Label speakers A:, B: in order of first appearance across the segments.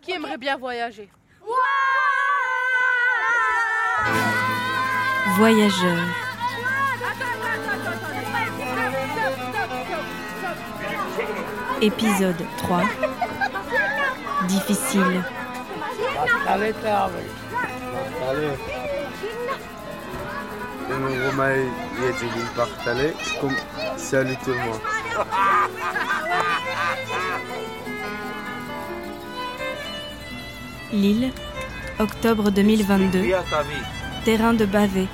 A: Qui aimerait bien voyager?
B: Voyageurs. Épisode 3. Difficile.
C: Romain يجي partager comme salut tout le monde.
B: Lille, octobre 2022. Terrain de Bavay.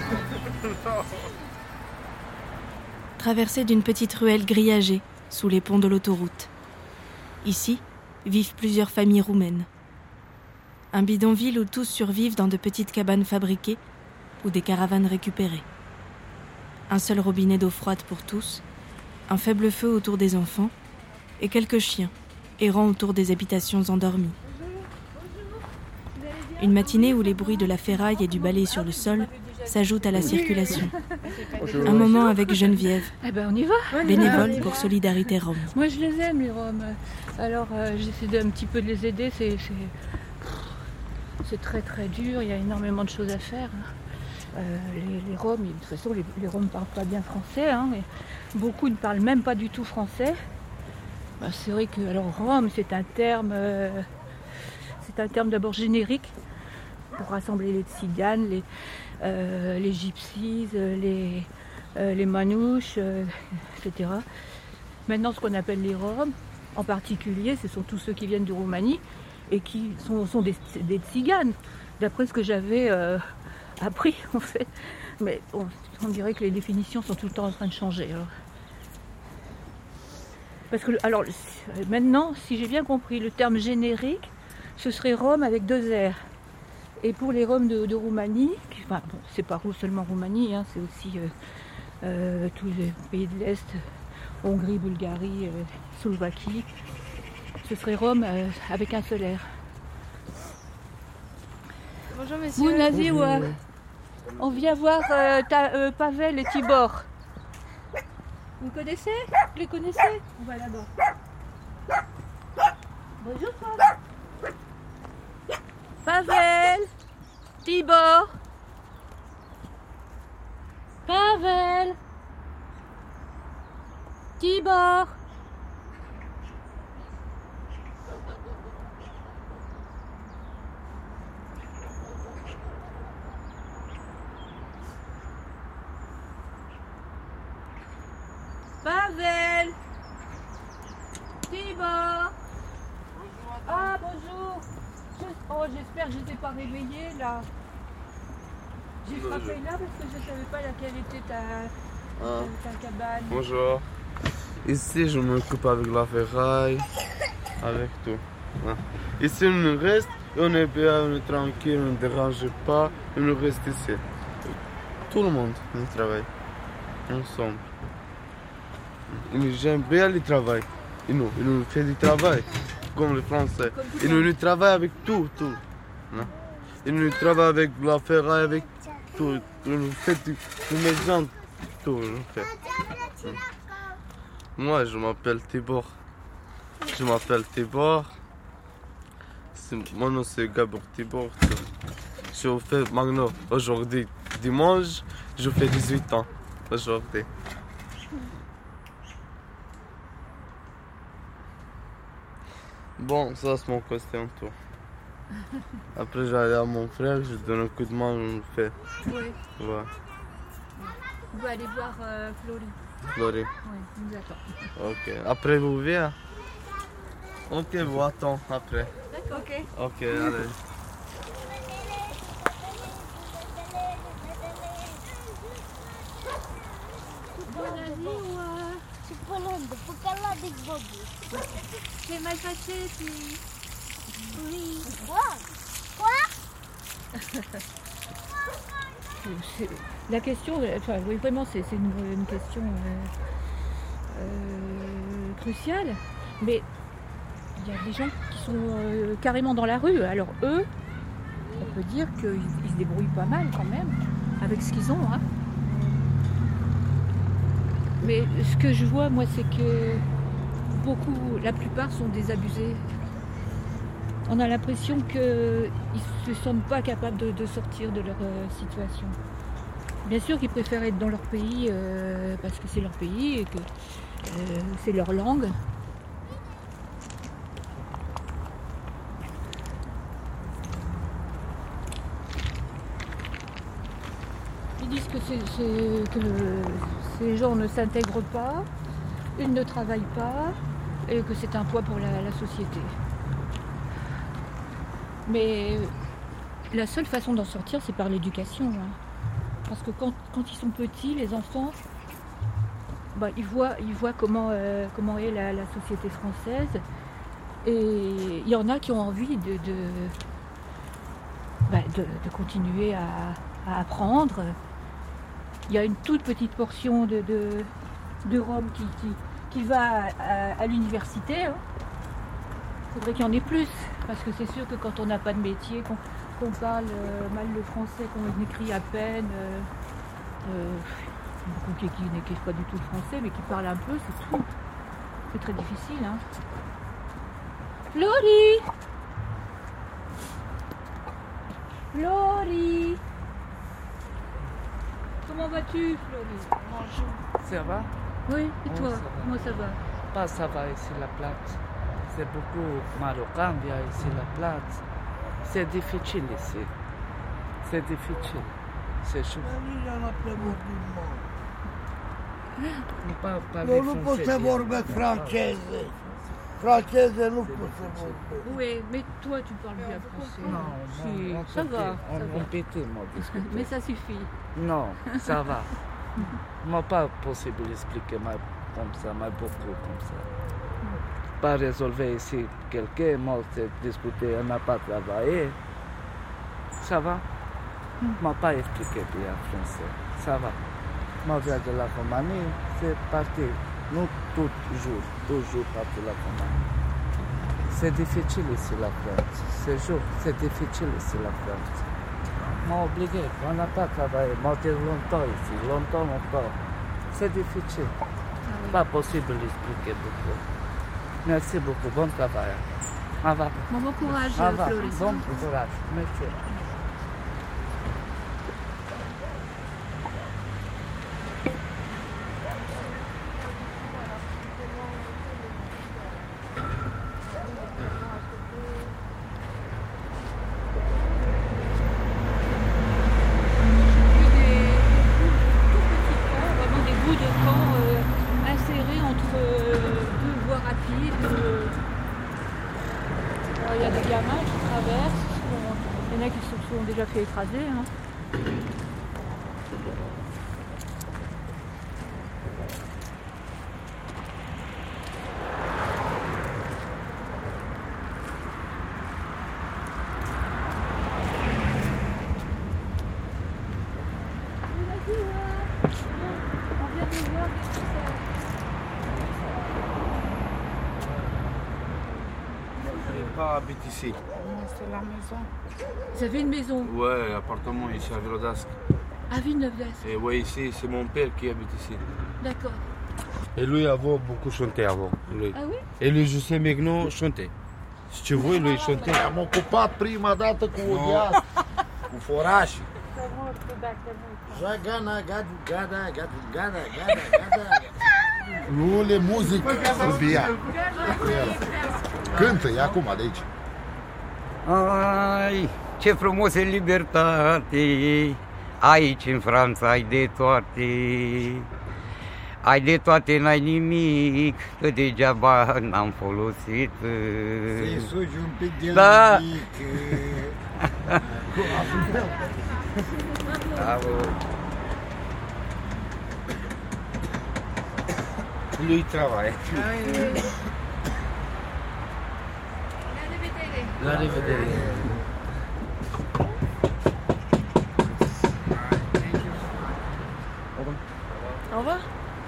B: Traversée d'une petite ruelle grillagée sous les ponts de l'autoroute. Ici vivent plusieurs familles roumaines. Un bidonville où tous survivent dans de petites cabanes fabriquées ou des caravanes récupérées. Un seul robinet d'eau froide pour tous, un faible feu autour des enfants et quelques chiens errant autour des habitations endormies. Une matinée où les bruits de la ferraille et du balai sur le sol s'ajoutent à la circulation. Un moment avec Geneviève,
A: On y va.
B: bénévole pour Solidarité Rome.
A: Moi je les aime les Roms. Alors j'essaie un petit peu de les aider, c'est très très dur, il y a énormément de choses à faire. Les Roms, de toute façon les Roms ne parlent pas bien français, mais beaucoup ne parlent même pas du tout français. C'est vrai que alors Rome c'est un terme d'abord générique pour rassembler les tziganes, les gypsies, les manouches, etc. Maintenant ce qu'on appelle les Roms, en particulier, ce sont tous ceux qui viennent de Roumanie et qui sont des tziganes, d'après ce que j'avais appris en fait. Mais on dirait que les définitions sont tout le temps en train de changer. Parce que maintenant, si j'ai bien compris, le terme générique, ce serait Rome avec 2 R. Et pour les Roms de Roumanie, c'est pas seulement Roumanie, c'est aussi tous les pays de l'Est, Hongrie, Bulgarie, Slovaquie, ce serait Rome avec un seul R.
D: Bonjour monsieur.
A: Bonjour. On vient voir Pavel et Tibor. Vous connaissez? Vous les connaissez? On va là-bas. Bonjour toi. Pavel, Tibor. Pavel, Tibor. Pavel, Tibor. Ah bonjour. J'espère que je ne t'ai pas réveillé là. J'ai frappé là parce que je ne savais pas laquelle était ta cabane.
C: Bonjour. Ici, je m'occupe avec la ferraille, avec tout. Ici, on reste, on est bien, on est tranquille, on ne dérange pas, on reste ici. Tout le monde, on travaille ensemble. J'aime bien le travail. Ils nous font du travail, comme les Français. Ils nous travaillent avec tout. Ils nous travaillent avec la ferraille, avec tout. Ils nous font du maison, tout. Moi, je m'appelle Tibor. Mon nom, c'est Gabor Tibor. Je fais maintenant, aujourd'hui, dimanche, je fais 18 ans. Aujourd'hui. Bon, ça c'est mon costume tout. Après j'allais à mon frère, je donne un coup de main, on le fait.
A: Oui.
C: Ouais.
A: On va aller voir Florie.
C: Florie.
A: Oui, nous attend.
C: Ok. Après vous venez? Ok, vous attendez après.
A: D'accord.
C: Ok, allez.
A: C'est mal passé, puis...
D: Oui.
A: La question, oui, vraiment, c'est une question cruciale, mais il y a des gens qui sont carrément dans la rue. Alors eux, on peut dire qu'ils se débrouillent pas mal quand même avec ce qu'ils ont. Mais ce que je vois, moi, c'est que la plupart sont désabusés. on a l'impression qu'ils ne se sentent pas capables de sortir de leur situation. Bien sûr qu'ils préfèrent être dans leur pays parce que c'est leur pays et que c'est leur langue. Ils disent que ces gens ne s'intègrent pas, ils ne travaillent pas et que c'est un poids pour la société. Mais la seule façon d'en sortir, c'est par l'éducation. Hein. Parce que quand ils sont petits, les enfants, ils voient comment est la société française. Et il y en a qui ont envie de continuer à apprendre. Il y a une toute petite portion de Roms qui va à l'université. Hein. Il faudrait qu'il y en ait plus. Parce que c'est sûr que quand on n'a pas de métier, qu'on parle mal le français, qu'on écrit à peine, beaucoup qui n'écrivent pas du tout le français, mais qui parlent un peu, c'est tout. C'est très difficile. Hein. Flori! Flori! Comment vas-tu, Flori?
E: Bonjour. Ça va?
A: Oui, et toi?
E: Ça va.
A: Comment ça va?
E: Pas ça va ici la plate. C'est beaucoup marocain vient ici la plate. C'est difficile ici. C'est difficile. C'est chaud. Pas parler
F: Nu pot
E: français
F: să
E: bien.
F: vorbesc franceză. Franceză nu pot să vorbesc.
A: Oui, mais toi tu parles bien français.
E: Non,
A: Si,
E: on
A: ça
E: peut-
A: va.
E: On,
A: ça
E: on
A: va.
E: peut tellement discuter.
A: Mais ça suffit.
E: Non, ça va. Moi, pas possible d'expliquer comme ça, mais beaucoup comme ça. Pas résolver ici quelqu'un, moi, c'est discuter, on n'a pas travaillé. Ça va? Moi, pas expliquer bien français. Ça va. Moi, je viens de la Roumanie, c'est parti. Nous, toujours parti de la Roumanie. C'est difficile ici la France. C'est difficile ici la France. M'a obligé, on n'a pas travaillé, moi j'ai longtemps ici, longtemps encore. C'est difficile, pas possible d'expliquer beaucoup. Merci beaucoup, bon travail. Au revoir.
A: Bon courage,
E: Au revoir,
A: Floris.
E: bon courage, merci.
A: Vraiment des bouts de camp insérés entre deux voies rapides. Alors, il y a des gamins qui traversent. Bon, il y en a qui se sont déjà fait écraser. Hein. On vient de voir qu'est-ce que c'est.
C: Je pas habite ici.
E: C'est la maison.
A: Vous avez une maison
C: Ouais, appartement ici à Vilodasque.
A: à Villeneuve-d'Ascq.
C: Et ouais, ici, c'est mon père qui habite ici.
A: D'accord.
C: Et lui, avant, beaucoup chanté avant. Lui.
A: Ah oui?
C: Et lui, je sais maintenant chanter. Si tu veux, lui, chanter.
F: Am ocupat prima dată cu Odias, cu forașii. Jagana, gadu, gada, gadu, gada, gada, gada. Nu le muzică, Rubia. Cântă, e acum de aici.
G: Ai, ce frumos e libertate, aici în Franța ai de toate. Ai de toate, n-ai nimic, că degeaba n-am folosit.
F: Să-i sugi un pic de
G: Da.
F: nimic.
G: Bravo.
C: Lui, travaille. La revedere.
A: Au revoir.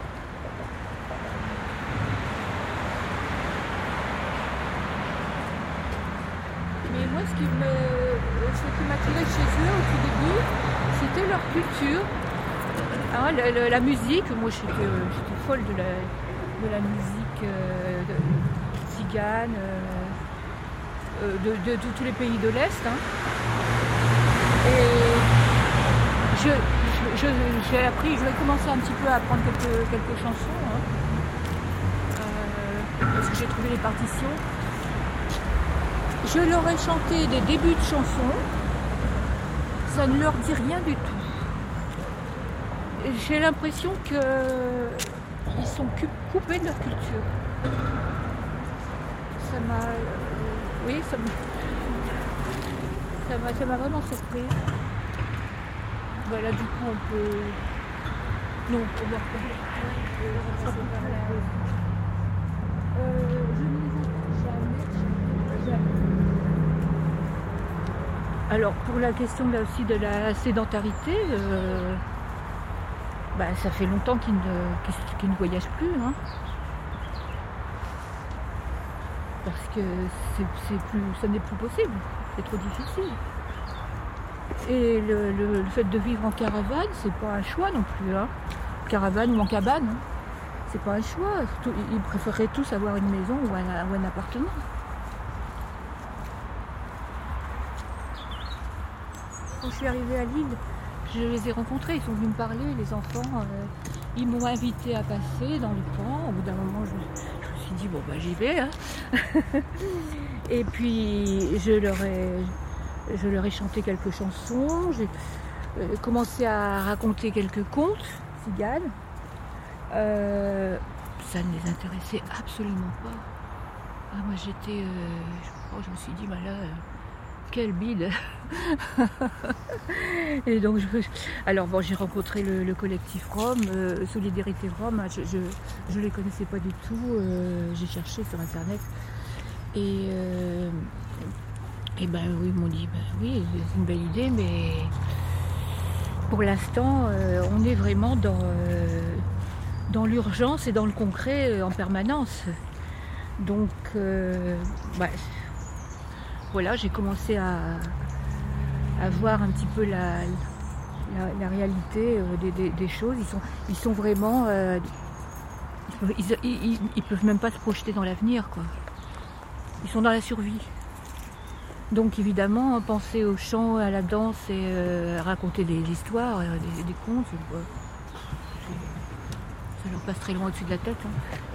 A: Mais moi, ce qui m'attirait chez eux au tout début, c'était leur culture. Hein, la musique, moi j'étais folle de la musique tzigane. de tous les pays de l'Est. Hein. Et j'ai appris, je vais commencer un petit peu à apprendre quelques chansons, hein. Parce que j'ai trouvé les partitions. Je leur ai chanté des débuts de chansons, ça ne leur dit rien du tout. J'ai l'impression qu'ils sont coupés de leur culture. Ça m'a... oui, ça m'a vraiment surpris. Voilà, du coup, on peut... Non, on peut voir je ne les entends jamais. Alors, pour la question là aussi de la sédentarité, ça fait longtemps qu'ils ne voyagent plus. Hein. Parce que ça n'est plus possible, c'est trop difficile. Et le fait de vivre en caravane, c'est pas un choix non plus. Hein. Caravane ou en cabane, hein. C'est pas un choix. Ils préféreraient tous avoir une maison ou un appartement. Quand je suis arrivée à Lille, je les ai rencontrés, ils sont venus me parler, les enfants. Ils m'ont invité à passer dans le camp. Au bout d'un moment, je me suis dit, bon, j'y vais. Hein. Et puis, je leur ai chanté quelques chansons. J'ai commencé à raconter quelques contes tziganes. Ça ne les intéressait absolument pas. Ah, moi, j'étais... je me suis dit, là... quelle bide. Et donc j'ai rencontré le collectif Rome, Solidarité Rome. Je les connaissais pas du tout. J'ai cherché sur internet et oui, ils m'ont dit oui, c'est une belle idée, mais pour l'instant on est vraiment dans l'urgence et dans le concret en permanence. Donc voilà, j'ai commencé à voir un petit peu la réalité des choses. Ils sont vraiment... ils peuvent même pas se projeter dans l'avenir, quoi. Ils sont dans la survie. Donc évidemment, penser au chant, à la danse et raconter des histoires, des contes, ça leur passe très loin au-dessus de la tête. Hein.